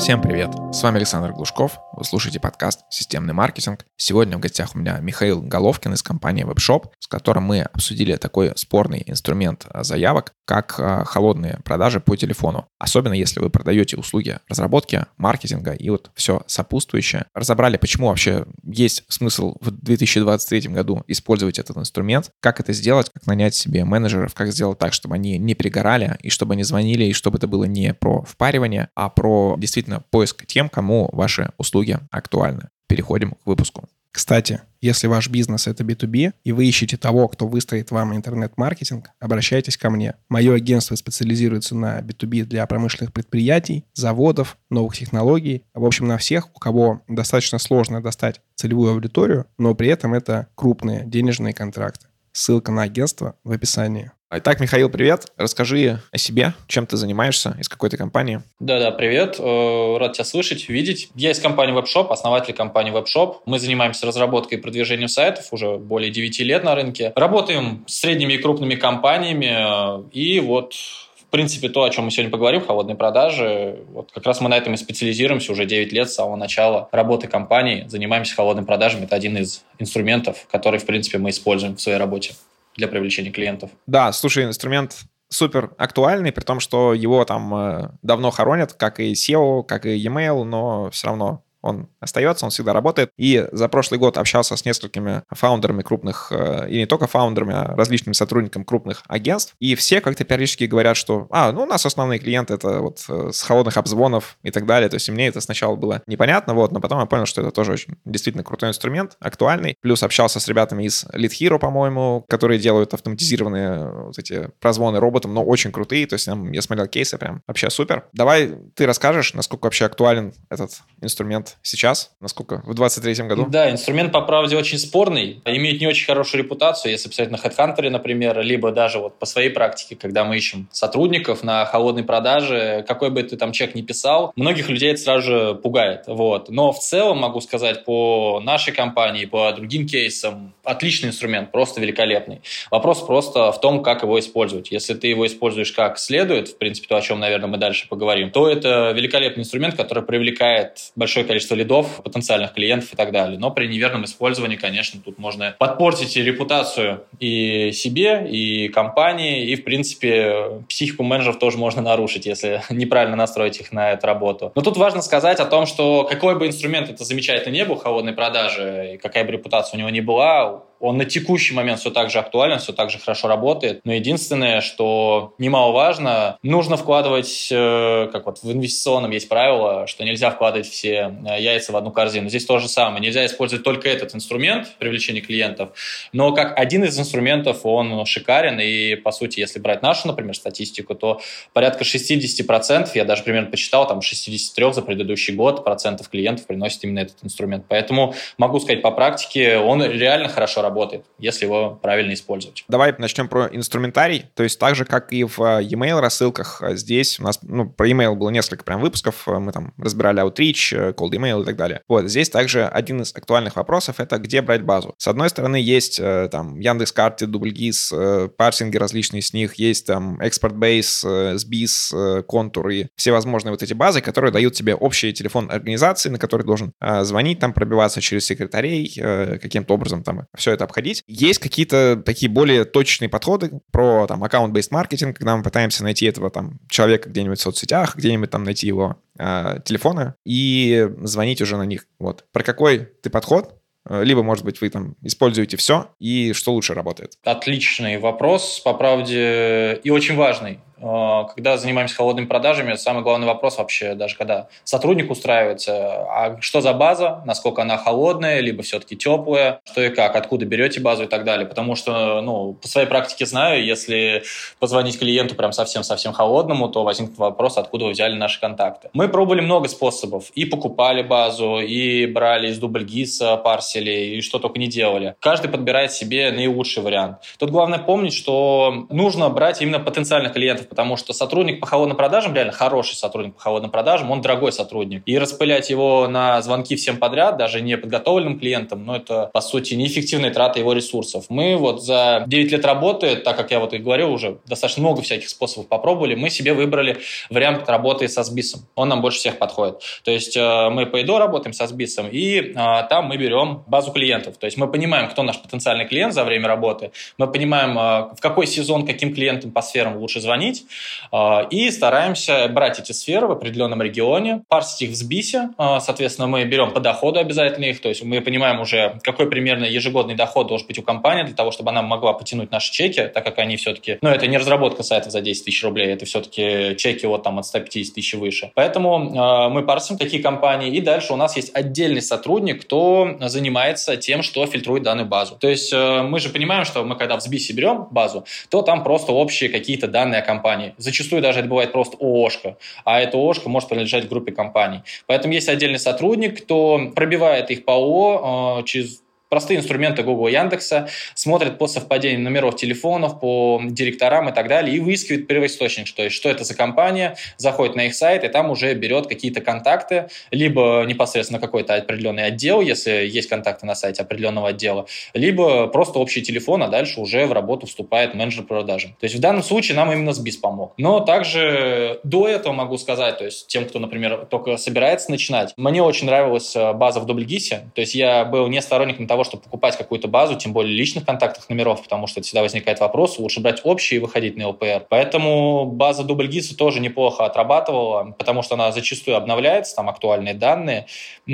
Всем привет! С вами Александр Глушков. Вы слушаете подкаст «Системный маркетинг». Сегодня в гостях у меня Михаил Головкин из компании WebShop, с которым мы обсудили такой спорный инструмент заявок, как холодные продажи по телефону. Особенно если вы продаете услуги разработки, маркетинга и вот все сопутствующее. Разобрали, почему вообще есть смысл в 2023 году использовать этот инструмент, как это сделать, как нанять себе менеджеров, как сделать так, чтобы они не пригорали, и чтобы они звонили, и чтобы это было не про впаривание, а про действительно поиск тем, кому ваши услуги актуальны. Переходим к выпуску. Кстати, если ваш бизнес — это B2B, и вы ищете того, кто выстроит вам интернет-маркетинг, обращайтесь ко мне. Мое агентство специализируется на B2B для промышленных предприятий, заводов, новых технологий. В общем, на всех, у кого достаточно сложно достать целевую аудиторию, но при этом это крупные денежные контракты. Ссылка на агентство в описании. Итак, Михаил, привет. Расскажи о себе, чем ты занимаешься, из какой ты компании. Да, привет. Рад тебя слышать, видеть. Я из компании WebShop, основатель компании WebShop. Мы занимаемся разработкой и продвижением сайтов уже более 9 лет на рынке. Работаем с средними и крупными компаниями. И вот, в принципе, то, о чем мы сегодня поговорим, холодные продажи, вот как раз мы на этом и специализируемся уже 9 лет с самого начала работы компании. Занимаемся холодными продажами. Это один из инструментов, который, в принципе, мы используем в своей работе для привлечения клиентов. Да, слушай, инструмент супер актуальный, при том, что его там давно хоронят, как и SEO, как и e-mail, но все равно он остается, он всегда работает. И за прошлый год общался с несколькими фаундерами крупных, и не только фаундерами, а различными сотрудниками крупных агентств. И все как-то периодически говорят, что у нас основные клиенты — это вот с холодных обзвонов и так далее. То есть мне это сначала было непонятно, но потом я понял, что это тоже очень действительно крутой инструмент, актуальный. Плюс общался с ребятами из Lead Hero, по-моему, которые делают автоматизированные вот эти прозвоны роботом, но очень крутые. То есть я смотрел кейсы, прям вообще супер. Давай ты расскажешь, насколько вообще актуален этот инструмент сейчас? Насколько? В 2023 году? Да, инструмент, по правде, очень спорный. Имеет не очень хорошую репутацию, если посмотреть на HeadHunter, например, либо даже вот по своей практике, когда мы ищем сотрудников на холодной продаже, какой бы ты там чек ни писал, многих людей это сразу же пугает. Вот. Но в целом могу сказать по нашей компании, по другим кейсам, отличный инструмент, просто великолепный. Вопрос просто в том, как его использовать. Если ты его используешь как следует, в принципе, то, о чем, наверное, мы дальше поговорим, то это великолепный инструмент, который привлекает большое количество лидов, потенциальных клиентов и так далее. Но при неверном использовании, конечно, тут можно подпортить репутацию и себе, и компании, и, в принципе, психику менеджеров тоже можно нарушить, если неправильно настроить их на эту работу. Но тут важно сказать о том, что какой бы инструмент это замечательно не был, холодной продажи, и какая бы репутация у него ни была, он на текущий момент все так же актуален, все так же хорошо работает. Но единственное, что немаловажно, нужно вкладывать, как вот в инвестиционном есть правило, что нельзя вкладывать все яйца в одну корзину. Здесь то же самое. Нельзя использовать только этот инструмент привлечения клиентов, но как один из инструментов он шикарен. И, по сути, если брать нашу, например, статистику, то порядка 60%, я даже примерно посчитал, там 63 за предыдущий год процентов клиентов приносит именно этот инструмент. Поэтому могу сказать по практике, он реально хорошо работает, если его правильно использовать. Давай начнем про инструментарий. То есть так же, как и в e-mail рассылках, здесь у нас про e-mail было несколько прям выпусков. Мы там разбирали Outreach, Cold Email и так далее. Вот здесь также один из актуальных вопросов — это где брать базу. С одной стороны, есть там Яндекс.Карты, Дубльгиз, парсинги различные с них, есть там ExpertBase, SBIS, Контур и всевозможные вот эти базы, которые дают тебе общий телефон организации, на который должен звонить, там пробиваться через секретарей, каким-то образом там все это обходить. Есть какие-то такие более точечные подходы про там аккаунт-based маркетинг, когда мы пытаемся найти этого там человека где-нибудь в соцсетях, где-нибудь там найти его телефоны и звонить уже на них. Вот. Про какой ты подход? Либо, может быть, вы там используете все, и что лучше работает? Отличный вопрос, по правде, и очень важный. Когда занимаемся холодными продажами, самый главный вопрос вообще, даже когда сотрудник устраивается, а что за база, насколько она холодная, либо все-таки теплая, что и как, откуда берете базу и так далее. Потому что, по своей практике знаю, если позвонить клиенту прям совсем-совсем холодному, то возникнет вопрос, откуда вы взяли наши контакты. Мы пробовали много способов. И покупали базу, и брали из Дубльгиза, парсили, и что только не делали. Каждый подбирает себе наилучший вариант. Тут главное помнить, что нужно брать именно потенциальных клиентов, потому что сотрудник по холодным продажам, реально хороший сотрудник по холодным продажам, он дорогой сотрудник. И распылять его на звонки всем подряд, даже не подготовленным клиентам, это, по сути, неэффективная трата его ресурсов. Мы за 9 лет работы, так как я и говорил, уже достаточно много всяких способов попробовали, мы себе выбрали вариант работы со СБИСом. Он нам больше всех подходит. То есть мы по ИДО работаем со СБИСом, и там мы берем базу клиентов. То есть мы понимаем, кто наш потенциальный клиент за время работы, мы понимаем, в какой сезон каким клиентам по сферам лучше звонить, и стараемся брать эти сферы в определенном регионе, парсить их в СБИСе. Соответственно, мы берем по доходу обязательно их, то есть мы понимаем уже, какой примерно ежегодный доход должен быть у компании для того, чтобы она могла потянуть наши чеки, так как они все-таки, это не разработка сайта за 10 тысяч рублей, это все-таки чеки от 150 тысяч и выше. Поэтому мы парсим такие компании, и дальше у нас есть отдельный сотрудник, кто занимается тем, что фильтрует данную базу. То есть мы же понимаем, что мы когда в СБИСе берем базу, то там просто общие какие-то данные о компании. Зачастую даже это бывает просто ООшка, а эта ООшка может принадлежать группе компаний. Поэтому есть отдельный сотрудник, кто пробивает их по ООО через простые инструменты Google и Яндекса, смотрит по совпадению номеров телефонов, по директорам и так далее, и выискивает первоисточник, то есть что это за компания, заходит на их сайт, и там уже берет какие-то контакты, либо непосредственно какой-то определенный отдел, если есть контакты на сайте определенного отдела, либо просто общий телефон, а дальше уже в работу вступает менеджер продажи. То есть в данном случае нам именно СБИС помог. Но также до этого могу сказать, то есть тем, кто, например, только собирается начинать, мне очень нравилась база в Дубльгисе, то есть я был не сторонником того, чтобы покупать какую-то базу, тем более личных контактных номеров, потому что всегда возникает вопрос, лучше брать общие и выходить на ЛПР. Поэтому база Дубльгиса тоже неплохо отрабатывала, потому что она зачастую обновляется, там актуальные данные,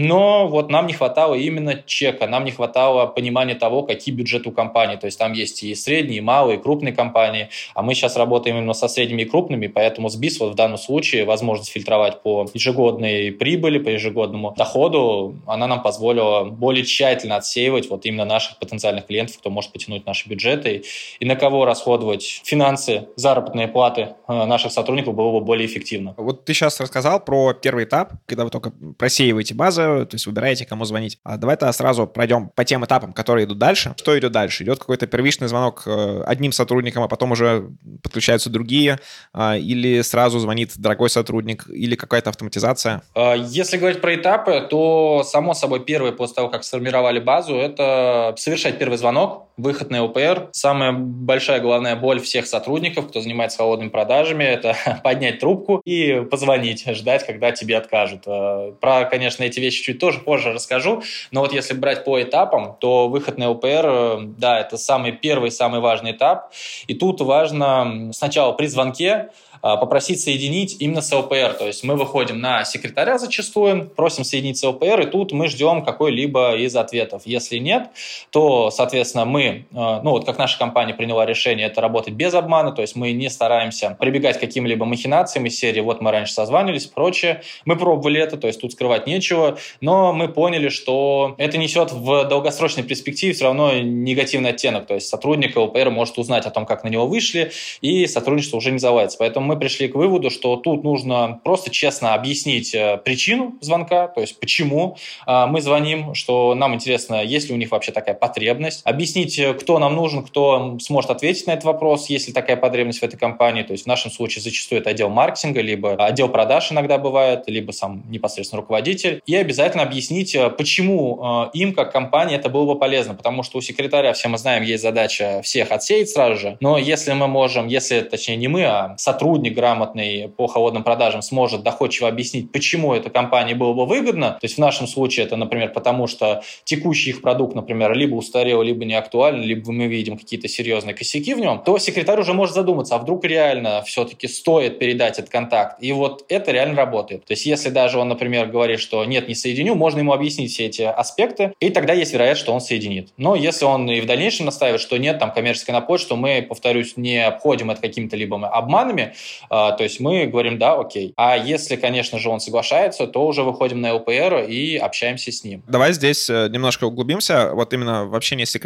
но нам не хватало именно чека, нам не хватало понимания того, какие бюджеты у компании, то есть там есть и средние, и малые, и крупные компании, а мы сейчас работаем именно со средними и крупными, поэтому СБИС в данном случае возможность фильтровать по ежегодной прибыли, по ежегодному доходу, она нам позволила более тщательно отсеивать именно наших потенциальных клиентов, кто может потянуть наши бюджеты, и на кого расходовать финансы, заработные платы наших сотрудников было бы более эффективно. Вот ты сейчас рассказал про первый этап, когда вы только просеиваете базу, то есть выбираете, кому звонить. А давай-то сразу пройдем по тем этапам, которые идут дальше. Что идет дальше? Идет какой-то первичный звонок одним сотрудникам, а потом уже подключаются другие, или сразу звонит дорогой сотрудник, или какая-то автоматизация? Если говорить про этапы, то, само собой, первое, после того, как сформировали базу, это совершать первый звонок, выход на ЛПР. Самая большая головная боль всех сотрудников, кто занимается холодными продажами, это поднять трубку и позвонить, ждать, когда тебе откажут. Про, конечно, эти вещи чуть тоже позже расскажу, но если брать по этапам, то выход на ЛПР, да, это самый первый, самый важный этап. И тут важно сначала при звонке попросить соединить именно с ЛПР. То есть мы выходим на секретаря зачастую, просим соединить с ЛПР, и тут мы ждем какой-либо из ответов. Если нет, то, соответственно, мы, как наша компания приняла решение, это работать без обмана, то есть мы не стараемся прибегать к каким-либо махинациям из серии «вот мы раньше созванивались», прочее. Мы пробовали это, то есть тут скрывать нечего, но мы поняли, что это несет в долгосрочной перспективе все равно негативный оттенок, то есть сотрудник ЛПР может узнать о том, как на него вышли, и сотрудничество уже не заладится. Поэтому мы пришли к выводу, что тут нужно просто честно объяснить причину звонка, то есть почему мы звоним, что нам интересно, есть ли у них вообще такая потребность, объяснить, кто нам нужен, кто сможет ответить на этот вопрос, есть ли такая потребность в этой компании, то есть в нашем случае зачастую это отдел маркетинга, либо отдел продаж иногда бывает, либо сам непосредственно руководитель, и обязательно объяснить, почему им, как компании, это было бы полезно, потому что у секретаря, все мы знаем, есть задача всех отсеять сразу же, но если мы можем, точнее не мы, а сотрудник грамотный по холодным продажам сможет доходчиво объяснить, почему этой компании было бы выгодно, то есть в нашем случае это, например, потому что текущий их продукт, например, либо устарел, либо не актуален, либо мы видим какие-то серьезные косяки в нем, то секретарь уже может задуматься, а вдруг реально все-таки стоит передать этот контакт. И это реально работает. То есть если даже он, например, говорит, что нет, не соединю, можно ему объяснить все эти аспекты, и тогда есть вероятность, что он соединит. Но если он и в дальнейшем настаивает, что нет, там коммерческая на почту, мы, повторюсь, не обходим это какими-то либо обманами, то есть мы говорим, да, окей. А если, конечно же, он соглашается, то уже выходим на ЛПР и общаемся с ним. Давай здесь немножко углубимся, именно в общении с секретарем,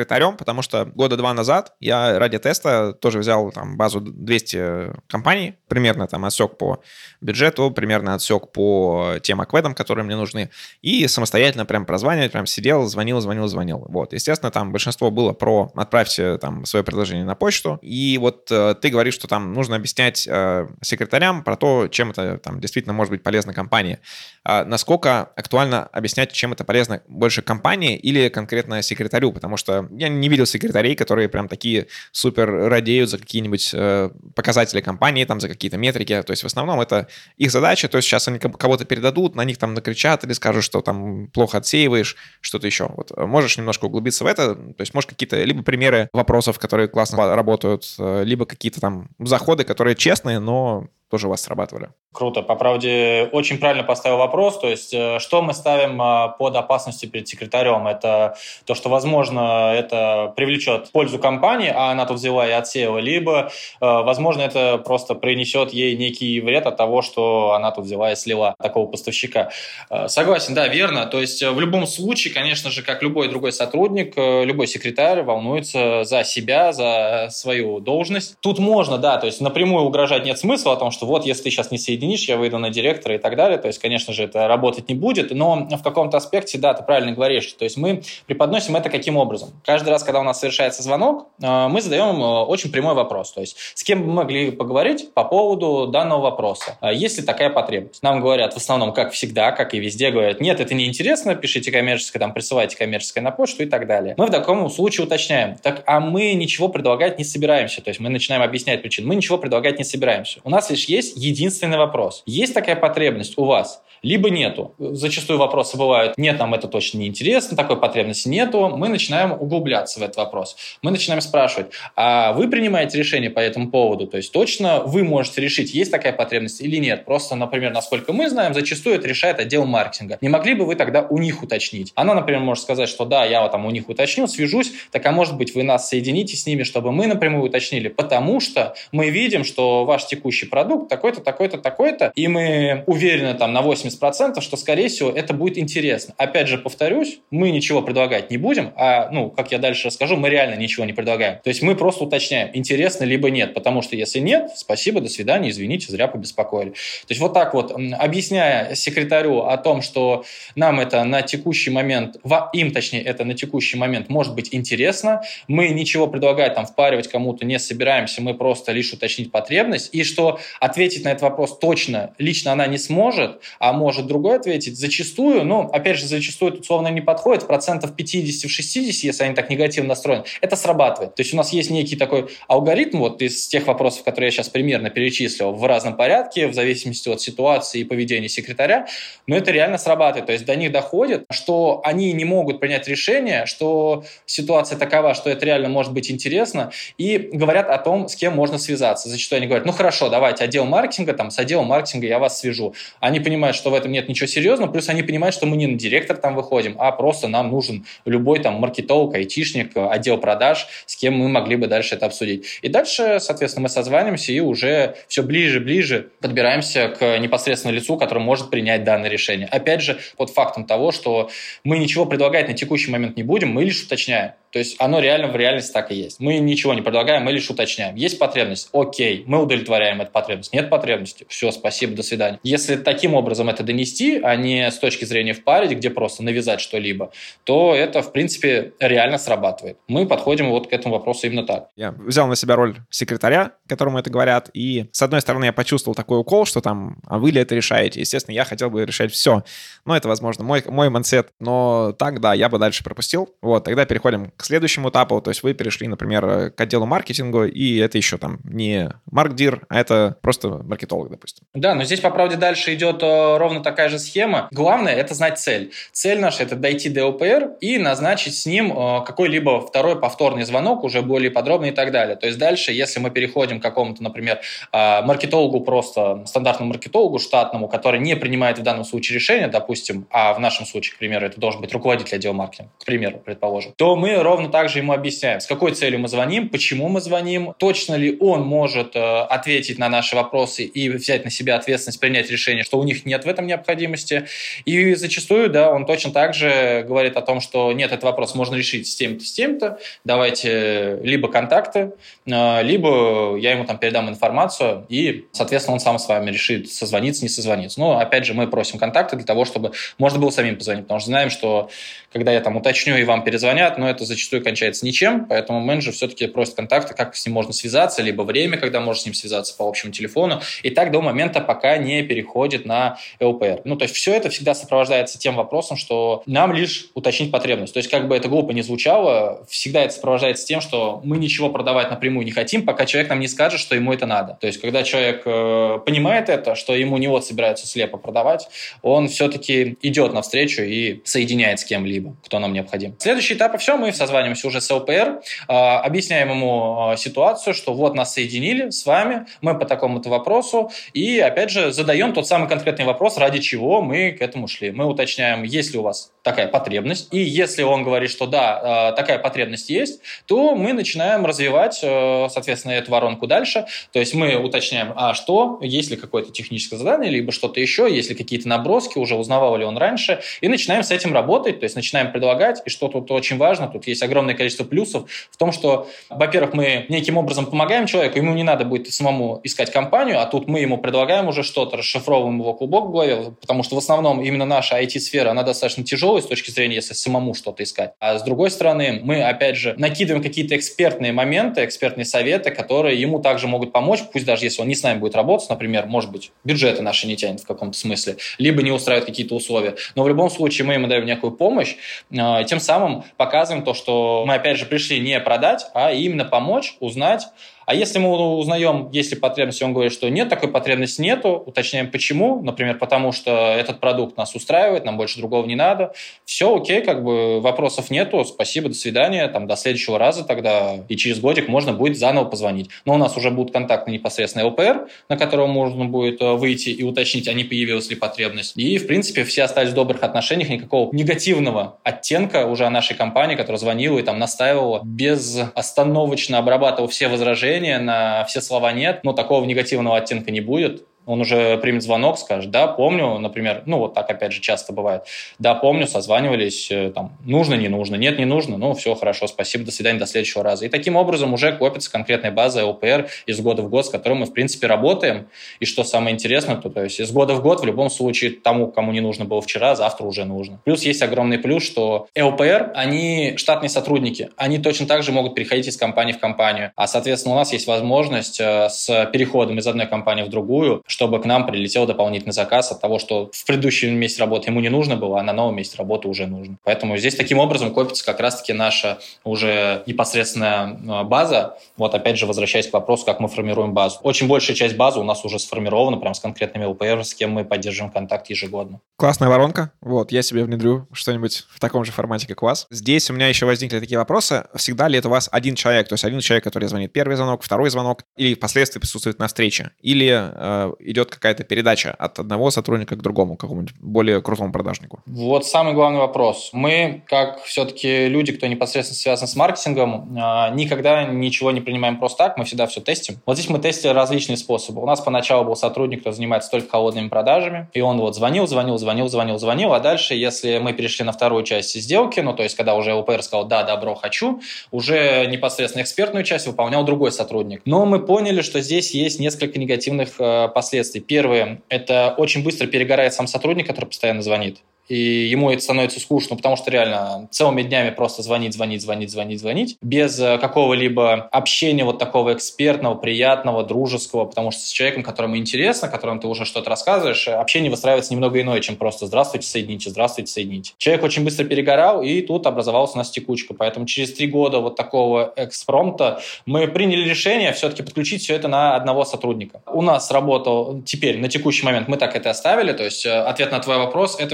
потому что года 2 назад я ради теста тоже взял там базу 200 компаний, примерно там отсек по бюджету, примерно отсек по тем акведам, которые мне нужны, и самостоятельно прям прозванивать, прям сидел, звонил. Вот, естественно, там большинство было про отправьте там свое предложение на почту, и вот ты говоришь, что там нужно объяснять секретарям про то, чем это там действительно может быть полезно компании. Насколько актуально объяснять, чем это полезно больше компании или конкретно секретарю, потому что я не видел секретарей, которые прям такие супер радеют за какие-нибудь показатели компании, там за какие-то метрики, то есть в основном это их задача, то есть сейчас они кого-то передадут, на них там накричат или скажут, что там плохо отсеиваешь, что-то еще. Вот можешь немножко углубиться в это, то есть можешь какие-то либо примеры вопросов, которые классно работают, либо какие-то там заходы, которые честные, но тоже у вас срабатывали. Круто. По правде, очень правильно поставил вопрос. То есть, что мы ставим под опасностью перед секретарем? Это то, что, возможно, это привлечет пользу компании, а она тут взяла и отсеяла, либо, возможно, это просто принесет ей некий вред от того, что она тут взяла и слила такого поставщика. Согласен, да, верно. То есть, в любом случае, конечно же, как любой другой сотрудник, любой секретарь волнуется за себя, за свою должность. Тут можно, да, то есть напрямую угрожать нет смысла о том, что вот, если ты сейчас не соединишь, я выйду на директора и так далее. То есть, конечно же, это работать не будет, но в каком-то аспекте, да, ты правильно говоришь. То есть мы преподносим это каким образом? Каждый раз, когда у нас совершается звонок, мы задаем очень прямой вопрос. То есть, с кем бы мы могли поговорить по поводу данного вопроса? Есть ли такая потребность? Нам говорят в основном, как всегда, как и везде, говорят, нет, это неинтересно, пишите коммерческое, там, присылайте коммерческое на почту и так далее. Мы в таком случае уточняем. Так, а мы ничего предлагать не собираемся. То есть, мы начинаем объяснять причину. Мы ничего предлагать не собираемся. У нас лишь есть единственный вопрос. Есть такая потребность у вас? Либо нету. Зачастую вопросы бывают, нет, нам это точно не интересно, такой потребности нету. Мы начинаем углубляться в этот вопрос. Мы начинаем спрашивать, а вы принимаете решение по этому поводу? То есть точно вы можете решить, есть такая потребность или нет? Просто, например, насколько мы знаем, зачастую это решает отдел маркетинга. Не могли бы вы тогда у них уточнить? Она, например, может сказать, что да, я там у них уточню, свяжусь, так а может быть вы нас соедините с ними, чтобы мы напрямую уточнили, потому что мы видим, что ваш текущий продукт такой-то, такой-то, такой-то, и мы уверены там на 80%, что, скорее всего, это будет интересно. Опять же, повторюсь, мы ничего предлагать не будем, как я дальше расскажу, мы реально ничего не предлагаем. То есть мы просто уточняем, интересно либо нет, потому что если нет, спасибо, до свидания, извините, зря побеспокоили. То есть вот так вот, объясняя секретарю о том, что нам это на текущий момент, это на текущий момент может быть интересно, мы ничего предлагать, там, впаривать кому-то не собираемся, мы просто лишь уточнить потребность, и что ответить на этот вопрос точно, лично она не сможет, а может другой ответить. Зачастую, опять же, зачастую тут словно не подходит, 50-60%, если они так негативно настроены, это срабатывает. То есть у нас есть некий такой алгоритм вот из тех вопросов, которые я сейчас примерно перечислил, в разном порядке, в зависимости от ситуации и поведения секретаря, но это реально срабатывает. То есть до них доходит, что они не могут принять решение, что ситуация такова, что это реально может быть интересно, и говорят о том, с кем можно связаться. Зачастую они говорят, хорошо, давайте отдел маркетинга, с отделом маркетинга я вас свяжу. Они понимают, что в этом нет ничего серьезного, плюс они понимают, что мы не на директор там выходим, а просто нам нужен любой там маркетолог, айтишник, отдел продаж, с кем мы могли бы дальше это обсудить. И дальше, соответственно, мы созваниваемся и уже все ближе подбираемся к непосредственно лицу, который может принять данное решение. Опять же, под фактом того, что мы ничего предлагать на текущий момент не будем, мы лишь уточняем. То есть оно реально в реальности так и есть. Мы ничего не предлагаем, мы лишь уточняем. Есть потребность? Окей, мы удовлетворяем эту потребность. Нет потребности? Все, спасибо, до свидания. Если таким образом это донести, а не с точки зрения впарить, где просто навязать что-либо, то это, в принципе, реально срабатывает. Мы подходим вот к этому вопросу именно так. Я взял на себя роль секретаря, которому это говорят, и, с одной стороны, я почувствовал такой укол, что там, а вы ли это решаете? Естественно, я хотел бы решать все. Но это, возможно, мой майндсет. Но так, да, я бы дальше пропустил. Вот, тогда переходим к следующему этапу. То есть вы перешли, например, к отделу маркетинга, и это еще там не маркдир, а это просто маркетолог, допустим. Да, но здесь, по правде, дальше идет ровно такая же схема. Главное – это знать цель. Цель наша – это дойти до ОПР и назначить с ним какой-либо второй повторный звонок, уже более подробный и так далее. То есть дальше, если мы переходим к какому-то, например, маркетологу, просто стандартному маркетологу штатному, который не принимает в данном случае решения, допустим, а в нашем случае, к примеру, это должен быть руководитель отдела маркетинга, к примеру, предположим, то мы ровно ровно так же ему объясняем, с какой целью мы звоним, почему мы звоним, точно ли он может ответить на наши вопросы и взять на себя ответственность, принять решение, что у них нет в этом необходимости. И зачастую, да, он точно так же говорит о том, что нет, этот вопрос можно решить с тем-то, давайте либо контакты, либо я ему там передам информацию, и, соответственно, он сам с вами решит, созвониться, не созвониться. Но, опять же, мы просим контакты для того, чтобы можно было самим позвонить, потому что знаем, что когда я там уточню и вам перезвонят, но это зачастую кончается ничем, поэтому менеджер все-таки просит контакты, как с ним можно связаться, либо время, когда можно с ним связаться по общему телефону, и так до момента, пока не переходит на ЛПР. Ну, то есть все это всегда сопровождается тем вопросом, что нам лишь уточнить потребность. То есть как бы это глупо не звучало, всегда это сопровождается тем, что мы ничего продавать напрямую не хотим, пока человек нам не скажет, что ему это надо. То есть когда человек понимает это, что ему не вот собираются слепо продавать, он все-таки идет навстречу и соединяет с кем-либо, кто нам необходим. Следующий этап, и все, мы созваниваемся уже с ЛПР, объясняем ему ситуацию, что вот нас соединили с вами, мы по такому-то вопросу, и опять же задаем тот самый конкретный вопрос, ради чего мы к этому шли. Мы уточняем, есть ли у вас такая потребность, и если он говорит, что да, такая потребность есть, то мы начинаем развивать, соответственно, эту воронку дальше. То есть мы уточняем, а что, есть ли какое-то техническое задание, либо что-то еще, есть ли какие-то наброски, уже узнавал ли он раньше, и начинаем с этим работать, то есть начинаем предлагать, и что тут очень важно, тут есть огромное количество плюсов в том, что, во-первых, мы неким образом помогаем человеку, ему не надо будет самому искать компанию, а тут мы ему предлагаем уже что-то, расшифровываем его клубок в голове, потому что в основном именно наша IT-сфера, она достаточно тяжелая с точки зрения, если самому что-то искать. А с другой стороны, мы, опять же, накидываем какие-то экспертные моменты, экспертные советы, которые ему также могут помочь, пусть даже если он не с нами будет работать, например, может быть, бюджеты наши не тянет в каком-то смысле, либо не устраивают какие-то условия. Но в любом случае мы ему даем некую помощь, тем самым показываем то, что мы, опять же, пришли не продать, а именно помочь, узнать. А если мы узнаем, есть ли потребность, и он говорит, что нет, такой потребности нету, уточняем почему, например, потому что этот продукт нас устраивает, нам больше другого не надо, все окей, как бы вопросов нету, спасибо, до свидания, там, до следующего раза тогда, и через годик можно будет заново позвонить. Но у нас уже будут контакты непосредственно ЛПР, на которого можно будет выйти и уточнить, а не появилась ли потребность. И, в принципе, все остались в добрых отношениях, никакого негативного оттенка уже о нашей компании, которая звонила и там настаивала, безостановочно обрабатывала все возражения, на все слова нет, но такого негативного оттенка не будет. Он уже примет звонок, скажет, да, помню, например, ну вот так опять же часто бывает, да, помню, созванивались, там, нужно, не нужно, нет, не нужно, ну все, хорошо, спасибо, до свидания, до следующего раза. И таким образом уже копится конкретная база ЛПР из года в год, с которой мы, в принципе, работаем. И что самое интересное, то есть из года в год в любом случае тому, кому не нужно было вчера, завтра уже нужно. Плюс есть огромный плюс, что ЛПР, они штатные сотрудники, они точно так же могут переходить из компании в компанию, а, соответственно, у нас есть возможность с переходом из одной компании в другую, чтобы к нам прилетел дополнительный заказ от того, что в предыдущем месте работы ему не нужно было, а на новом месте работы уже нужно. Поэтому здесь таким образом копится как раз-таки наша уже непосредственная база. Вот опять же, возвращаясь к вопросу, как мы формируем базу. Очень большая часть базы у нас уже сформирована, прям с конкретными ЛПР, с кем мы поддерживаем контакт ежегодно. Классная воронка. Вот, я себе внедрю что-нибудь в таком же формате, как у вас. Здесь у меня еще возникли такие вопросы. Всегда ли это у вас один человек? То есть один человек, который звонит первый звонок, второй звонок, или впоследствии присутствует на встрече? Или идет какая-то передача от одного сотрудника к другому, какому-нибудь более крутому продажнику? Вот самый главный вопрос. Мы, как все-таки люди, кто непосредственно связан с маркетингом, никогда ничего не принимаем просто так, мы всегда все тестим. Вот здесь мы тестили различные способы. У нас поначалу был сотрудник, кто занимается только холодными продажами, и он вот звонил, а дальше, если мы перешли на вторую часть сделки, ну, то есть, когда уже ЛПР сказал, да, добро, хочу, уже непосредственно экспертную часть выполнял другой сотрудник. Но мы поняли, что здесь есть несколько негативных последствий. Первое, это очень быстро перегорает сам сотрудник, который постоянно звонит. И ему это становится скучно, потому что реально целыми днями просто звонить, без какого-либо общения вот такого экспертного, приятного, дружеского, потому что с человеком, которому интересно, которому ты уже что-то рассказываешь, общение выстраивается немного иное, чем просто «здравствуйте, соедините». Человек очень быстро перегорал, и тут образовалась у нас текучка. Поэтому через 3 года вот такого экспромта мы приняли решение все-таки подключить все это на одного сотрудника. У нас работал теперь, на текущий момент, мы так это оставили, то есть ответ на твой вопрос, это все делает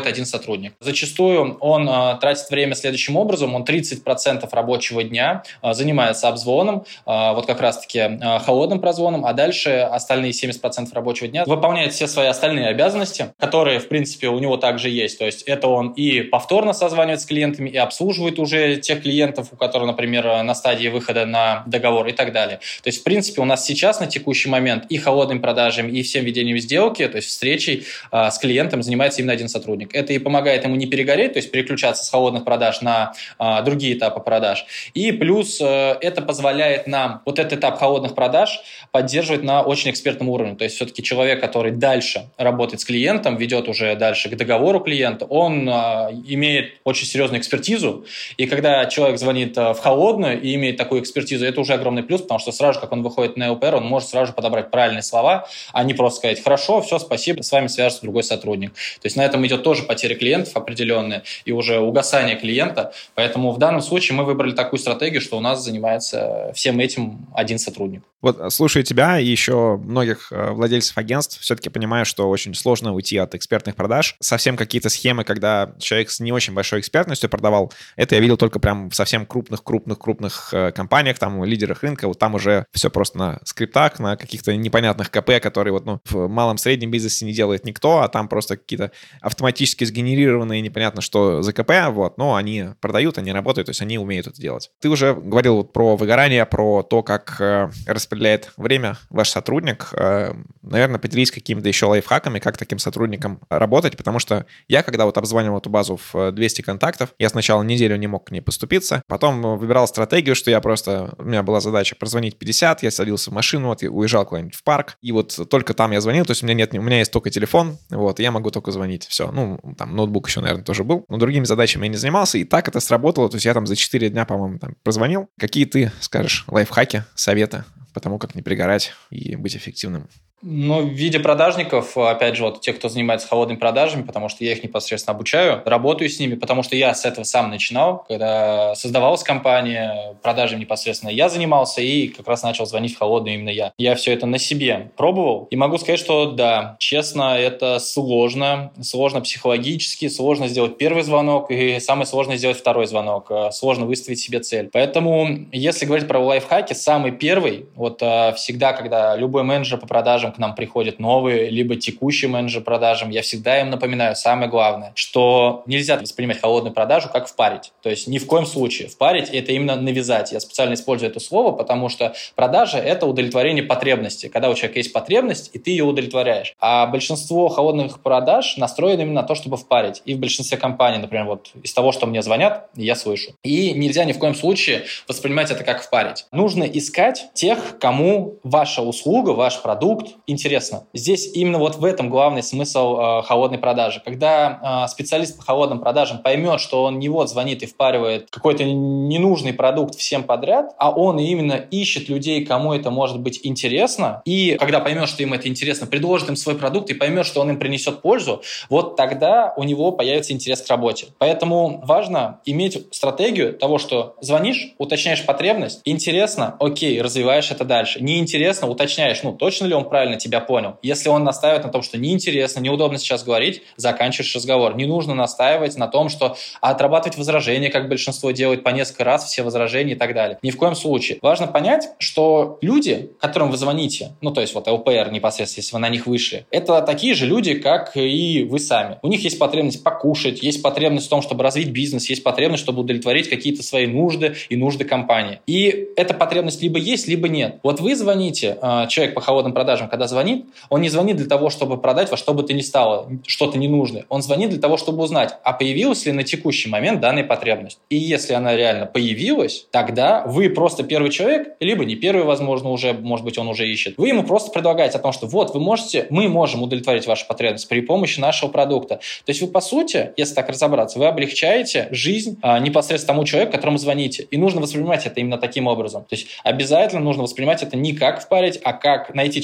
один сотрудник. Зачастую он тратит время следующим образом. Он 30% рабочего дня занимается обзвоном, вот как раз-таки холодным прозвоном, а дальше остальные 70% рабочего дня выполняет все свои остальные обязанности, которые, в принципе, у него также есть. То есть это он и повторно созванивает с клиентами, и обслуживает уже тех клиентов, у которых, например, на стадии выхода на договор и так далее. То есть, в принципе, у нас сейчас на текущий момент и холодными продажами, и всем ведением сделки, то есть встречей с клиентом занимается именно один сотрудник. Это и помогает ему не перегореть, то есть переключаться с холодных продаж на другие этапы продаж. И плюс это позволяет нам вот этот этап холодных продаж поддерживать на очень экспертном уровне. То есть все-таки человек, который дальше работает с клиентом, ведет уже дальше к договору клиента, он имеет очень серьезную экспертизу. И когда человек звонит в холодную и имеет такую экспертизу, это уже огромный плюс, потому что сразу, как он выходит на ЛПР, он может сразу же подобрать правильные слова, а не просто сказать: хорошо, все, спасибо, с вами свяжется другой сотрудник. То есть на этом идет тоже потеря клиентов определенная и уже угасание клиента. Поэтому в данном случае мы выбрали такую стратегию, что у нас занимается всем этим один сотрудник. Вот, слушая тебя и еще многих владельцев агентств, все-таки понимаю, что очень сложно уйти от экспертных продаж. Совсем какие-то схемы, когда человек с не очень большой экспертностью продавал, это я видел только прям в совсем крупных компаниях, там, лидерах рынка, вот там уже все просто на скриптах, на каких-то непонятных КП, которые вот, в малом-среднем бизнесе не делает никто, а там просто какие-то автоматически сгенерированные, непонятно что за КП, вот, но они продают, они работают, то есть они умеют это делать. Ты уже говорил вот про выгорание, про то, как распределяет время ваш сотрудник. Наверное, поделись какими-то еще лайфхаками, как таким сотрудникам работать, потому что я, когда вот обзванивал эту базу в 200 контактов, я сначала неделю не мог к ней поступиться, потом выбирал стратегию, что у меня была задача прозвонить 50, я садился в машину, вот, я уезжал куда-нибудь в парк, и вот только там я звонил, то есть у меня есть только телефон, вот, и я могу только звонить, все. Там ноутбук еще, наверное, тоже был, но другими задачами я не занимался, и так это сработало, то есть я там за 4 дня, по-моему, прозвонил. Какие ты скажешь лайфхаки, советы по тому, как не перегорать и быть эффективным? В виде продажников, опять же, вот те, кто занимается холодными продажами, потому что я их непосредственно обучаю, работаю с ними, потому что я с этого сам начинал, когда создавалась компания, продажами непосредственно я занимался и как раз начал звонить в холодную именно я. Я все это на себе пробовал и могу сказать, что да, честно, это сложно психологически, сложно сделать первый звонок и самое сложное сделать второй звонок, сложно выставить себе цель. Поэтому, если говорить про лайфхаки, самый первый, вот всегда, когда любой менеджер по продажам к нам приходит новый, либо текущий менеджер продажам, я всегда им напоминаю самое главное, что нельзя воспринимать холодную продажу как впарить. То есть ни в коем случае. Впарить – это именно навязать. Я специально использую это слово, потому что продажа – это удовлетворение потребности. Когда у человека есть потребность, и ты ее удовлетворяешь. А большинство холодных продаж настроено именно на то, чтобы впарить. И в большинстве компаний, например, вот из того, что мне звонят, я слышу. И нельзя ни в коем случае воспринимать это как впарить. Нужно искать тех, кому ваша услуга, ваш продукт интересно. Здесь именно вот в этом главный смысл холодной продажи. Когда специалист по холодным продажам поймет, что он не вот звонит и впаривает какой-то ненужный продукт всем подряд, а он именно ищет людей, кому это может быть интересно, и когда поймет, что им это интересно, предложит им свой продукт и поймет, что он им принесет пользу, вот тогда у него появится интерес к работе. Поэтому важно иметь стратегию того, что звонишь, уточняешь потребность, интересно, окей, развиваешь это дальше. Неинтересно, уточняешь, точно ли он правильно тебя понял. Если он настаивает на том, что неинтересно, неудобно сейчас говорить, заканчиваешь разговор. Не нужно настаивать на том, что отрабатывать возражения, как большинство делает по несколько раз, все возражения и так далее. Ни в коем случае. Важно понять, что люди, которым вы звоните, то есть вот ЛПР непосредственно, если вы на них вышли, это такие же люди, как и вы сами. У них есть потребность покушать, есть потребность в том, чтобы развить бизнес, есть потребность, чтобы удовлетворить какие-то свои нужды и нужды компании. И эта потребность либо есть, либо нет. Вот вы звоните, человек по холодным продажам, когда звонит, он не звонит для того, чтобы продать во что бы то ни стало, что-то ненужное. Он звонит для того, чтобы узнать, а появилась ли на текущий момент данная потребность. И если она реально появилась, тогда вы просто первый человек, либо не первый, возможно, уже, может быть, он уже ищет. Вы ему просто предлагаете о том, что вот, мы можем удовлетворить вашу потребность при помощи нашего продукта. То есть вы, по сути, если так разобраться, вы облегчаете жизнь непосредственно тому человеку, которому звоните. И нужно воспринимать это именно таким образом. То есть обязательно нужно воспринимать это не как впарить, а как найти человека,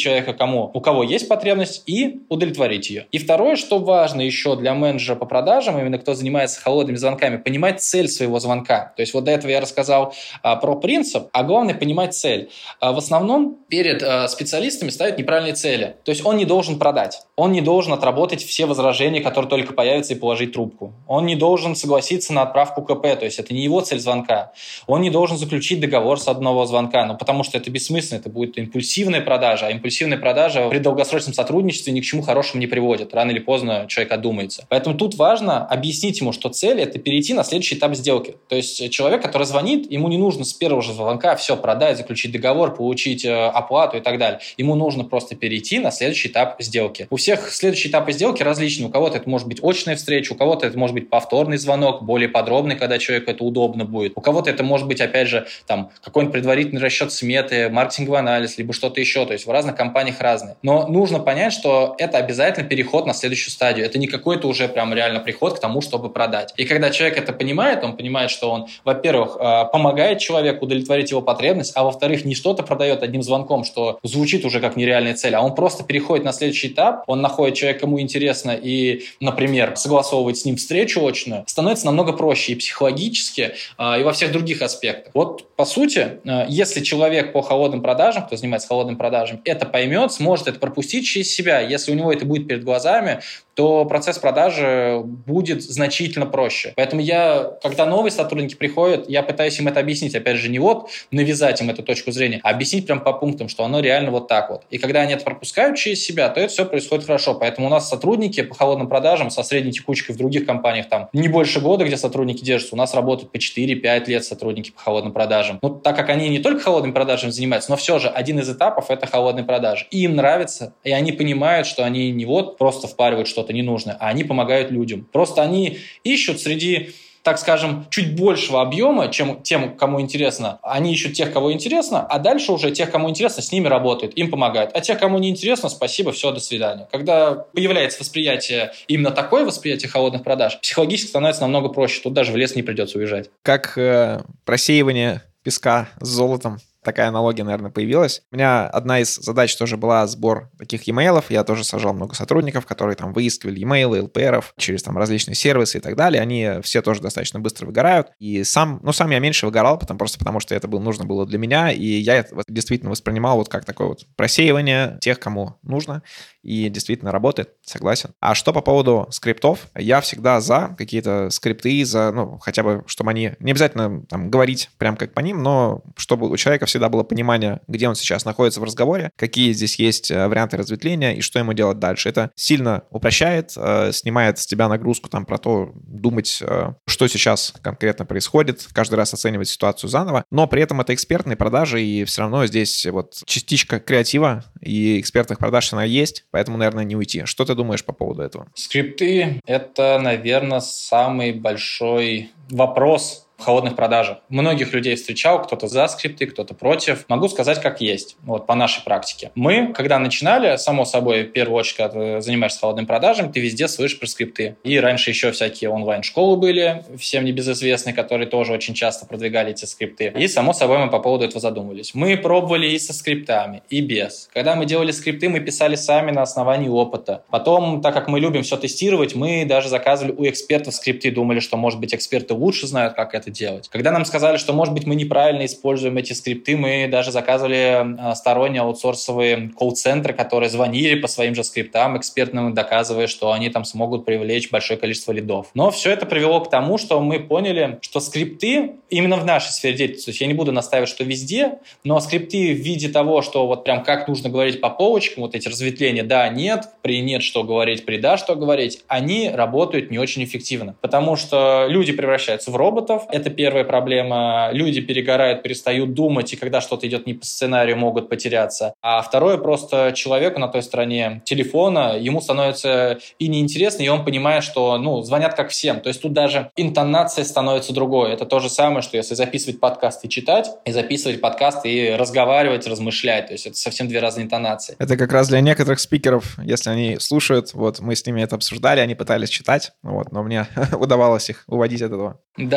у кого есть потребность, и удовлетворить ее. И второе, что важно еще для менеджера по продажам, именно кто занимается холодными звонками, понимать цель своего звонка. То есть вот до этого я рассказал про принцип, а главное понимать цель. В основном перед специалистами ставят неправильные цели. То есть он не должен продать, он не должен отработать все возражения, которые только появятся, и положить трубку. Он не должен согласиться на отправку КП, то есть это не его цель звонка. Он не должен заключить договор с одного звонка, потому что это бессмысленно, это будет импульсивная продажа, а импульсивная продажа при долгосрочном сотрудничестве ни к чему хорошему не приводит. Рано или поздно человек одумается. Поэтому тут важно объяснить ему, что цель – это перейти на следующий этап сделки. То есть человек, который звонит, ему не нужно с первого же звонка все продать, заключить договор, получить оплату и так далее. Ему нужно просто перейти на следующий этап сделки. У всех следующие этапы сделки различны. У кого-то это может быть очная встреча, у кого-то это может быть повторный звонок, более подробный, когда человеку это удобно будет. У кого-то это может быть, опять же, там какой-нибудь предварительный расчет сметы, маркетинговый анализ, либо что-то еще. То есть в разных компаниях разные. Но нужно понять, что это обязательно переход на следующую стадию. Это не какой-то уже прям реально приход к тому, чтобы продать. И когда человек это понимает, он понимает, что он, во-первых, помогает человеку удовлетворить его потребность, а во-вторых, не что-то продает одним звонком, что звучит уже как нереальная цель, а он просто переходит на следующий этап, он находит человека, кому интересно, и, например, согласовывает с ним встречу очную, становится намного проще и психологически, и во всех других аспектах. Вот, по сути, если человек по холодным продажам, кто занимается холодным продажами, это поймет, сможет это пропустить через себя, если у него это будет перед глазами, то процесс продажи будет значительно проще. Поэтому когда новые сотрудники приходят, я пытаюсь им это объяснить. Опять же, не вот навязать им эту точку зрения, а объяснить прям по пунктам, что оно реально вот так вот. И когда они это пропускают через себя, то это все происходит хорошо. Поэтому у нас сотрудники по холодным продажам со средней текучкой в других компаниях там не больше года, где сотрудники держатся, у нас работают по 4-5 лет сотрудники по холодным продажам. Ну, так как они не только холодными продажами занимаются, но все же один из этапов – это холодные продажи. И им нравится, и они понимают, что они не вот просто впаривают что-то ненужное, а они помогают людям. Просто они ищут среди, так скажем, чуть большего объема, чем тем, кому интересно. Они ищут тех, кого интересно, а дальше уже тех, кому интересно, с ними работают, им помогают. А тех, кому не интересно, спасибо, все, до свидания. Когда появляется восприятие, именно такое восприятие холодных продаж, психологически становится намного проще. Тут даже в лес не придется уезжать. Как просеивание песка с золотом. Такая аналогия, наверное, появилась. У меня одна из задач тоже была сбор таких e-mail'ов. Я тоже сажал много сотрудников, которые там выискивали e-mail'ы, LPR-ов через там различные сервисы и так далее. Они все тоже достаточно быстро выгорают. И сам я меньше выгорал, потому что это нужно было для меня. И я это действительно воспринимал вот как такое вот просеивание тех, кому нужно. И действительно работает, согласен. А что по поводу скриптов? Я всегда за какие-то скрипты, хотя бы, чтобы они... Не обязательно там говорить прям как по ним, но чтобы у человека всегда было понимание, где он сейчас находится в разговоре, какие здесь есть варианты разветвления и что ему делать дальше. Это сильно упрощает, снимает с тебя нагрузку там про то, думать, что сейчас конкретно происходит, каждый раз оценивать ситуацию заново, но при этом это экспертные продажи, и все равно здесь вот частичка креатива и экспертных продаж она есть, поэтому, наверное, не уйти. Что ты думаешь по поводу этого? Скрипты – это, наверное, самый большой вопрос в холодных продажах. Многих людей встречал, кто-то за скрипты, кто-то против. Могу сказать, как есть, вот по нашей практике. Мы, когда начинали, само собой, в первую очередь, когда ты занимаешься холодными продажами, ты везде слышишь про скрипты. И раньше еще всякие онлайн-школы были, всем небезызвестные, которые тоже очень часто продвигали эти скрипты. И, само собой, мы по поводу этого задумывались. Мы пробовали и со скриптами, и без. Когда мы делали скрипты, мы писали сами на основании опыта. Потом, так как мы любим все тестировать, мы даже заказывали у экспертов скрипты, думали, что, может быть, эксперты лучше знают, как это делать. Когда нам сказали, что, может быть, мы неправильно используем эти скрипты, мы даже заказывали сторонние аутсорсовые колл-центры, которые звонили по своим же скриптам экспертным, доказывая, что они там смогут привлечь большое количество лидов. Но все это привело к тому, что мы поняли, что скрипты именно в нашей сфере деятельности, то есть я не буду настаивать, что везде, но скрипты в виде того, что вот прям как нужно говорить по полочкам, вот эти разветвления да, нет, при нет что говорить, при да что говорить, они работают не очень эффективно, потому что люди превращаются в роботов, это первая проблема, люди перегорают, перестают думать, и когда что-то идет не по сценарию, могут потеряться. А второе, просто человеку на той стороне телефона, ему становится и неинтересно, и он понимает, что, звонят как всем. То есть тут даже интонация становится другой. Это то же самое, что если записывать подкаст и читать, и записывать подкаст и разговаривать, размышлять. То есть это совсем две разные интонации. Это как раз для некоторых спикеров, если они слушают, вот мы с ними это обсуждали, они пытались читать, но мне удавалось их уводить от этого. Да.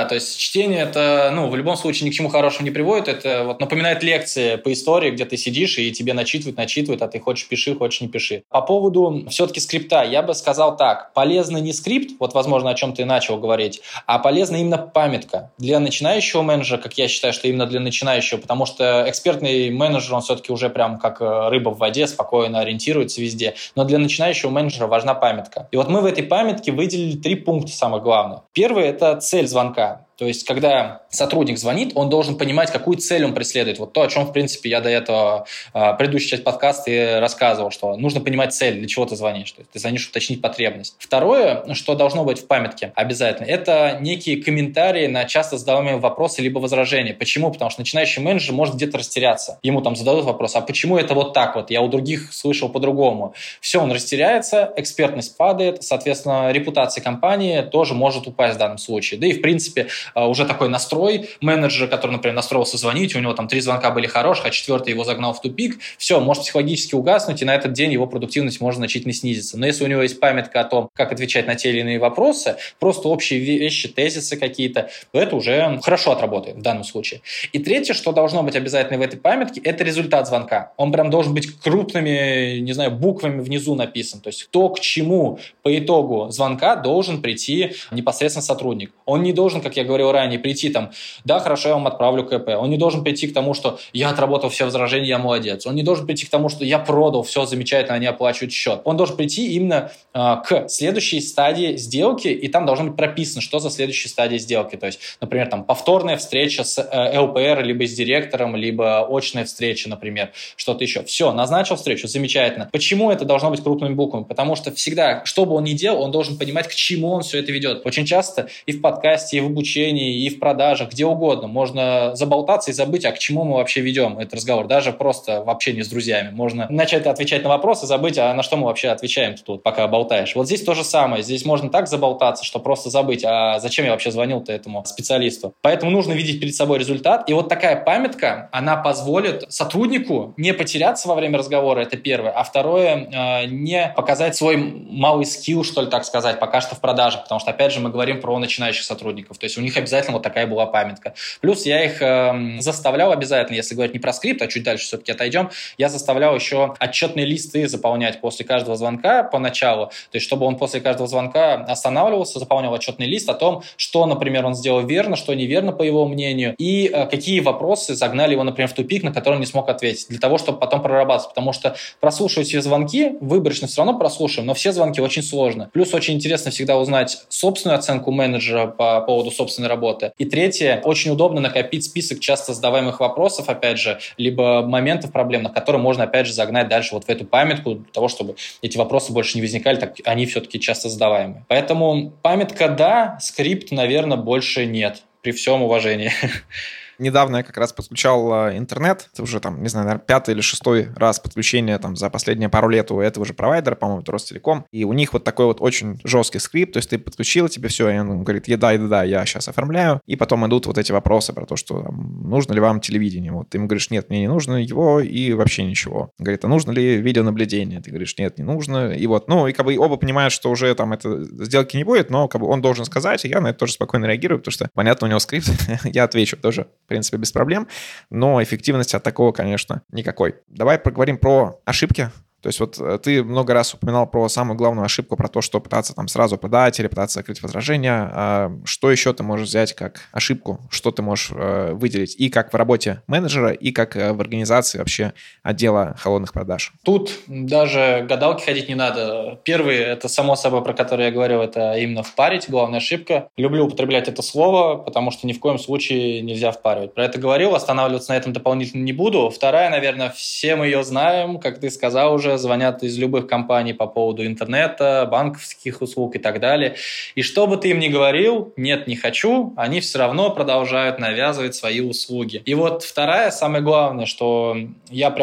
то есть чтение это, в любом случае ни к чему хорошему не приводит. Это вот напоминает лекции по истории, где ты сидишь и тебе начитывают, а ты хочешь пиши, хочешь не пиши. По поводу все-таки скрипта, я бы сказал так. Полезно не скрипт, вот, возможно, о чем ты начал говорить, а полезна именно памятка. Для начинающего менеджера, как я считаю, что именно для начинающего, потому что экспертный менеджер, он все-таки уже прям как рыба в воде, спокойно ориентируется везде. Но для начинающего менеджера важна памятка. И вот мы в этой памятке выделили 3 пункта самых главных. Первый – это цель звонка. То есть, когда сотрудник звонит, он должен понимать, какую цель он преследует. Вот то, о чем, в принципе, я до этого предыдущую часть подкаста и рассказывал, что нужно понимать цель, для чего ты звонишь. То есть, ты звонишь уточнить потребность. Второе, что должно быть в памятке обязательно, это некие комментарии на часто задаваемые вопросы либо возражения. Почему? Потому что начинающий менеджер может где-то растеряться. Ему там зададут вопрос, а почему это вот так вот? Я у других слышал по-другому. Все, он растеряется, экспертность падает, соответственно, репутация компании тоже может упасть в данном случае. Да и, в принципе, уже такой настрой менеджера, который, например, настроился звонить, у него там 3 звонка были хороших, а 4-й его загнал в тупик, все, может психологически угаснуть, и на этот день его продуктивность может значительно снизиться. Но если у него есть памятка о том, как отвечать на те или иные вопросы, просто общие вещи, тезисы какие-то, то это уже хорошо отработает в данном случае. И третье, что должно быть обязательно в этой памятке, это результат звонка. Он прям должен быть крупными, не знаю, буквами внизу написан. То есть кто к чему по итогу звонка должен прийти непосредственно сотрудник. Он не должен, как я говорил ранее, прийти там, да, хорошо, я вам отправлю КП. Он не должен прийти к тому, что я отработал все возражения, я молодец. Он не должен прийти к тому, что я продал, все замечательно, они оплачивают счет. Он должен прийти именно к следующей стадии сделки, и там должно быть прописано, что за следующая стадия сделки. То есть, например, там повторная встреча с ЛПР, либо с директором, либо очная встреча, например, что-то еще. Все, назначил встречу, замечательно. Почему это должно быть крупными буквами? Потому что всегда, что бы он ни делал, он должен понимать, к чему он все это ведет. Очень часто и в подкасте, и в обучении, и в продажах, где угодно можно заболтаться и забыть, а к чему мы вообще ведем этот разговор. Даже просто в общении с друзьями. Можно начать отвечать на вопросы, забыть, а на что мы вообще отвечаем тут, пока болтаешь. Вот здесь то же самое. Здесь можно так заболтаться, что просто забыть, а зачем я вообще звонил-то этому специалисту. Поэтому нужно видеть перед собой результат. И вот такая памятка, она позволит сотруднику не потеряться во время разговора, это первое. А второе, не показать свой малый скилл, что ли, так сказать, пока что в продаже. Потому что, опять же, мы говорим про начинающих сотрудников. То есть у них обязательно вот такая была памятка. Плюс я их заставлял обязательно, если говорить не про скрипт, а чуть дальше все-таки отойдем, я заставлял еще отчетные листы заполнять после каждого звонка поначалу. То есть чтобы он после каждого звонка останавливался, заполнял отчетный лист о том, что, например, он сделал верно, что неверно, по его мнению, и какие вопросы загнали его, например, в тупик, на который он не смог ответить, для того, чтобы потом прорабатывать. Потому что прослушивать все звонки, выборочно все равно прослушаем, но все звонки очень сложно. Плюс очень интересно всегда узнать собственную оценку менеджера по поводу собственной работы. И третье, очень удобно накопить список часто задаваемых вопросов, опять же, либо моментов проблемных, которые можно, опять же, загнать дальше вот в эту памятку, для того, чтобы эти вопросы больше не возникали, так они все-таки часто задаваемые. Поэтому памятка да, скрипт, наверное, больше нет, при всем уважении. Недавно я как раз подключал интернет, это уже там, не знаю, наверное, 5-й или 6-й раз подключение там за последние пару лет у этого же провайдера, по-моему, это Ростелеком, и у них вот такой вот очень жесткий скрипт, то есть ты подключил, тебе все, и он говорит, да, я сейчас оформляю, и потом идут вот эти вопросы про то, что там, нужно ли вам телевидение, вот ты ему говоришь, нет, мне не нужно его и вообще ничего. Он говорит, а нужно ли видеонаблюдение? Ты говоришь, нет, не нужно, и вот, ну, и как бы оба понимают, что уже там это сделки не будет, но как бы он должен сказать, и я на это тоже спокойно реагирую, потому что, понятно, у него скрипт, я отвечу тоже, в принципе, без проблем, но эффективности от такого, конечно, никакой. Давай поговорим про ошибки. То есть вот ты много раз упоминал про самую главную ошибку, про то, что пытаться там сразу продать или пытаться закрыть возражения. А что еще ты можешь взять как ошибку? Что ты можешь выделить и как в работе менеджера, и как в организации вообще отдела холодных продаж? Тут даже гадалки ходить не надо. Первый, это само собой, про который я говорил, это именно впарить, главная ошибка. Люблю употреблять это слово, потому что ни в коем случае нельзя впаривать. Про это говорил, останавливаться на этом дополнительно не буду. Вторая, наверное, все мы ее знаем, как ты сказал уже, звонят из любых компаний по поводу интернета, банковских услуг и так далее. И что бы ты им ни говорил, нет, не хочу, они все равно продолжают навязывать свои услуги. И вот вторая, самое главное, что я прям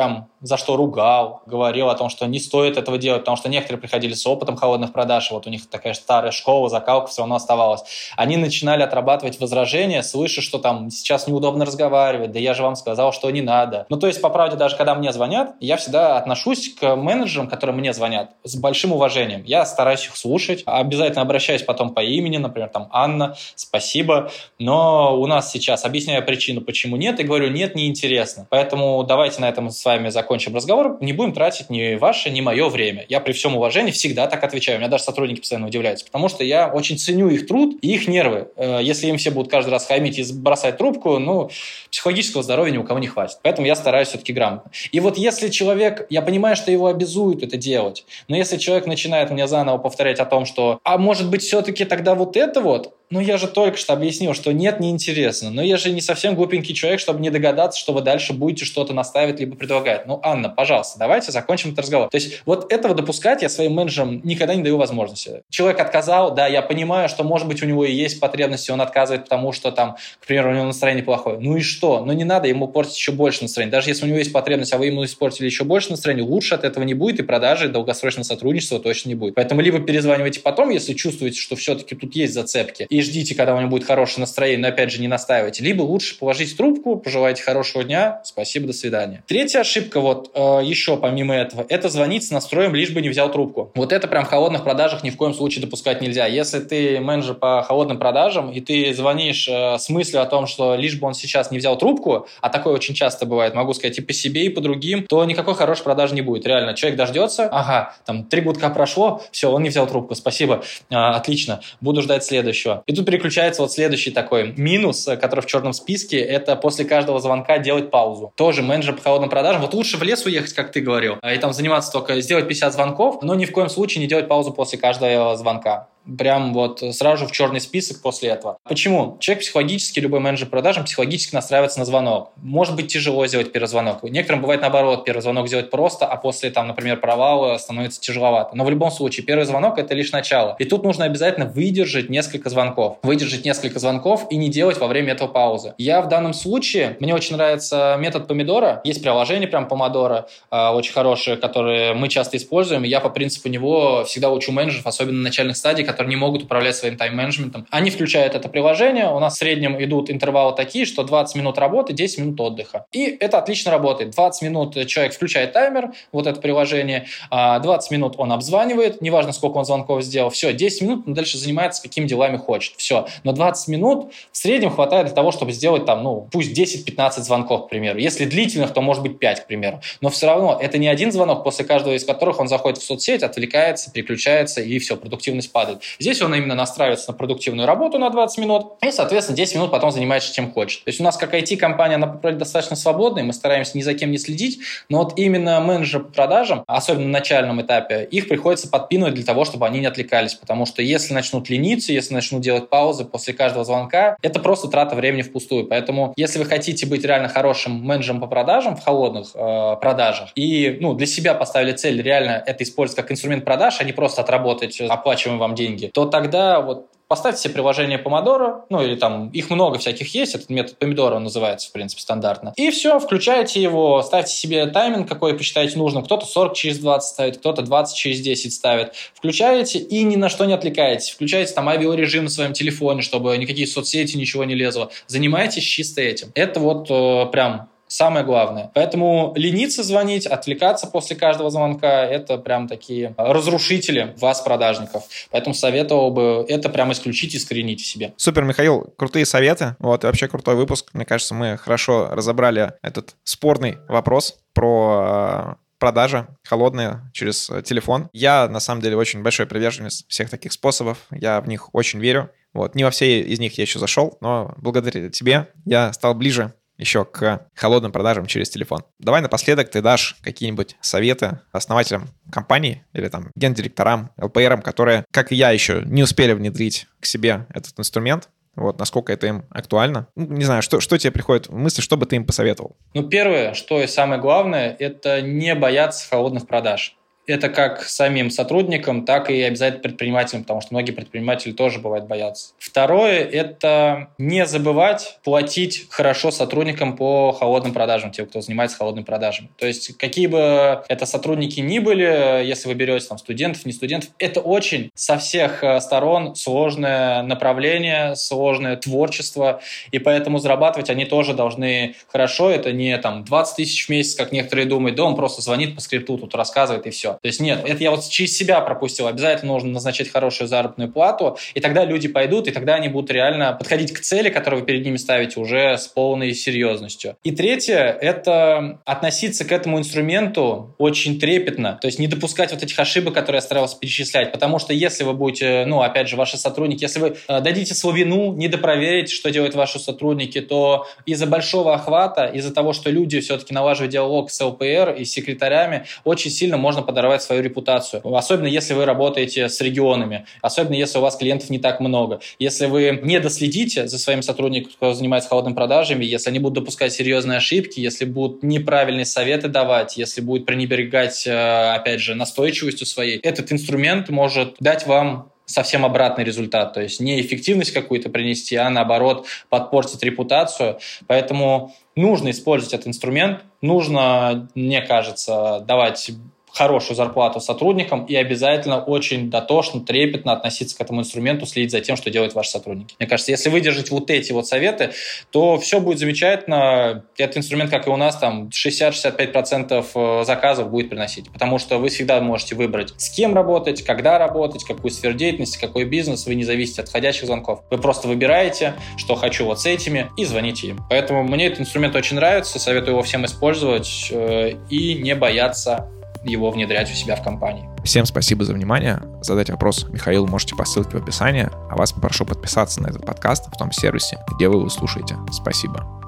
за что ругал, говорил о том, что не стоит этого делать, потому что некоторые приходили с опытом холодных продаж, вот у них такая старая школа, закалка все равно оставалась. Они начинали отрабатывать возражения, слыша, что там сейчас неудобно разговаривать, да я же вам сказал, что не надо. Ну, то есть, по правде, даже когда мне звонят, я всегда отношусь к менеджерам, которые мне звонят, с большим уважением. Я стараюсь их слушать, обязательно обращаюсь потом по имени, например, там Анна, спасибо, но у нас сейчас объясняю причину, почему нет, и говорю, нет, неинтересно. Поэтому давайте на этом с вами закончим разговор, не будем тратить ни ваше, ни мое время. Я при всем уважении всегда так отвечаю. У меня даже сотрудники постоянно удивляются, потому что я очень ценю их труд и их нервы. Если им все будут каждый раз хамить и бросать трубку, ну, психологического здоровья ни у кого не хватит. Поэтому я стараюсь все-таки грамотно. И вот если человек, я понимаю, что его обязуют это делать, но если человек начинает мне заново повторять о том, что, а может быть, все-таки тогда вот это вот, ну, я же только что объяснил, что нет, неинтересно. Но я же не совсем глупенький человек, чтобы не догадаться, что вы дальше будете что-то наставить либо предлагать. Ну, Анна, пожалуйста, давайте закончим этот разговор. То есть вот этого допускать я своим менеджерам никогда не даю возможности. Человек отказал, да, я понимаю, что, может быть, у него и есть потребности, он отказывает, потому что там, к примеру, у него настроение плохое. Ну и что? Ну не надо ему портить еще больше настроение. Даже если у него есть потребность, а вы ему испортили еще больше настроение, лучше от этого не будет, и продажи, и долгосрочного сотрудничества точно не будет. Поэтому либо перезванивайте потом, если чувствуете, что все-таки тут есть зацепки, и ждите, когда у него будет хорошее настроение, но опять же не настаивайте. Либо лучше положите трубку, пожелайте хорошего дня, спасибо, до свидания. Третья ошибка, вот еще помимо этого, это звонить с настроем, лишь бы не взял трубку. Вот это прям в холодных продажах ни в коем случае допускать нельзя. Если ты менеджер по холодным продажам, и ты звонишь с мыслью о том, что лишь бы он сейчас не взял трубку, а такое очень часто бывает, могу сказать и по себе, и по другим, то никакой хорошей продажи не будет. Реально, человек дождется, ага, там 3 гудка прошло, все, он не взял трубку, спасибо, отлично, буду ждать следующего. И тут переключается вот следующий такой минус, который в черном списке, это после каждого звонка делать паузу. Тоже менеджер по холодным продажам, вот лучше в лес уехать, как ты говорил, и там заниматься только, сделать 50 звонков, но ни в коем случае не делать паузу после каждого звонка. Прям вот сразу же в черный список после этого. Почему? Человек психологически, любой менеджер продажам психологически настраивается на звонок. Может быть тяжело сделать первый звонок. Некоторым бывает наоборот, первый звонок сделать просто, а после, там, например, провала становится тяжеловато. Но в любом случае, первый звонок – это лишь начало. И тут нужно обязательно выдержать несколько звонков. Выдержать несколько звонков и не делать во время этого паузы. Я в данном случае, мне очень нравится метод помидора. Есть приложение прям помидора, очень хорошее, которое мы часто используем. И я по принципу него всегда учу менеджеров, особенно на начальных стадиях, которые не могут управлять своим тайм-менеджментом. Они включают это приложение, у нас в среднем идут интервалы такие, что 20 минут работы, 10 минут отдыха. И это отлично работает. 20 минут человек включает таймер, вот это приложение, 20 минут он обзванивает, неважно, сколько он звонков сделал, все, 10 минут он дальше занимается, какими делами хочет, все. Но 20 минут в среднем хватает для того, чтобы сделать там, ну, пусть 10-15 звонков, к примеру. Если длительных, то может быть 5, к примеру. Но все равно это не один звонок, после каждого из которых он заходит в соцсеть, отвлекается, переключается, и все, продуктивность падает. Здесь он именно настраивается на продуктивную работу на 20 минут, и, соответственно, 10 минут потом занимается чем хочет. То есть у нас как IT-компания, она достаточно свободная, мы стараемся ни за кем не следить, но вот именно менеджеры по продажам, особенно на начальном этапе, их приходится подпинывать для того, чтобы они не отвлекались, потому что если начнут лениться, если начнут делать паузы после каждого звонка, это просто трата времени впустую. Поэтому, если вы хотите быть реально хорошим менеджером по продажам в холодных продажах и для себя поставили цель реально это использовать как инструмент продаж, а не просто отработать оплачиваемые вам деньги, то тогда вот поставьте себе приложение Pomodoro, или там их много всяких есть, этот метод помидора называется, в принципе, стандартно. И все, включайте его, ставьте себе тайминг, какой посчитаете нужным. Кто-то 40 через 20 ставит, кто-то 20 через 10 ставит. Включаете и ни на что не отвлекаетесь. Включаете там авиарежим на своем телефоне, чтобы никакие соцсети, ничего не лезло. Занимайтесь чисто этим. Это вот прям самое главное. Поэтому лениться звонить, отвлекаться после каждого звонка – это прям такие разрушители вас, продажников. Поэтому советовал бы это прям исключить, искоренить в себе. Супер, Михаил, крутые советы. Вот, и вообще крутой выпуск. Мне кажется, мы хорошо разобрали этот спорный вопрос про продажи холодные через телефон. Я, на самом деле, очень большой приверженец всех таких способов. Я в них очень верю. Вот. Не во все из них я еще зашел, но благодаря тебе я стал ближе еще к холодным продажам через телефон. Давай напоследок ты дашь какие-нибудь советы основателям компаний или там гендиректорам, ЛПРам, которые, как и я, еще не успели внедрить к себе этот инструмент. Вот, насколько это им актуально. Не знаю, что тебе приходит в мысли, что бы ты им посоветовал? Первое, что и самое главное, это не бояться холодных продаж. Это как самим сотрудникам, так и обязательно предпринимателям, потому что многие предприниматели тоже, бывает, боятся. Второе – это не забывать платить хорошо сотрудникам по холодным продажам, тем, кто занимается холодными продажами. То есть, какие бы это сотрудники ни были, если вы берете там студентов, не студентов, это очень со всех сторон сложное направление, сложное творчество, и поэтому зарабатывать они тоже должны хорошо. Это не там 20 тысяч в месяц, как некоторые думают, да он просто звонит по скрипту, тут рассказывает и все. То есть нет, это я вот через себя пропустил. Обязательно нужно назначать хорошую заработную плату, и тогда люди пойдут, и тогда они будут реально подходить к цели, которую вы перед ними ставите, уже с полной серьезностью. И третье – это относиться к этому инструменту очень трепетно, то есть не допускать вот этих ошибок, которые я старался перечислять, потому что если вы будете, опять же, ваши сотрудники, если вы дадите слабину, недопроверите, что делают ваши сотрудники, то из-за большого охвата, из-за того, что люди все-таки налаживают диалог с ЛПР и с секретарями, очень сильно можно подорвать свою репутацию. Особенно если вы работаете с регионами, особенно если у вас клиентов не так много. Если вы не доследите за своими сотрудниками, кто занимается холодными продажами, если они будут допускать серьезные ошибки, если будут неправильные советы давать, если будут пренебрегать, опять же, настойчивостью своей, этот инструмент может дать вам совсем обратный результат, то есть не эффективность какую-то принести, а наоборот подпортить репутацию. Поэтому нужно использовать этот инструмент, нужно, мне кажется, давать хорошую зарплату сотрудникам и обязательно очень дотошно, трепетно относиться к этому инструменту, следить за тем, что делают ваши сотрудники. Мне кажется, если выдержать вот эти вот советы, то все будет замечательно. Этот инструмент, как и у нас, там 60-65% заказов будет приносить, потому что вы всегда можете выбрать, с кем работать, когда работать, какую сферу деятельности, какой бизнес, вы не зависите от входящих звонков. Вы просто выбираете, что хочу вот с этими, и звоните им. Поэтому мне этот инструмент очень нравится, советую его всем использовать и не бояться его внедрять у себя в компании. Всем спасибо за внимание. Задать вопрос Михаилу можете по ссылке в описании, а вас попрошу подписаться на этот подкаст в том сервисе, где вы его слушаете. Спасибо.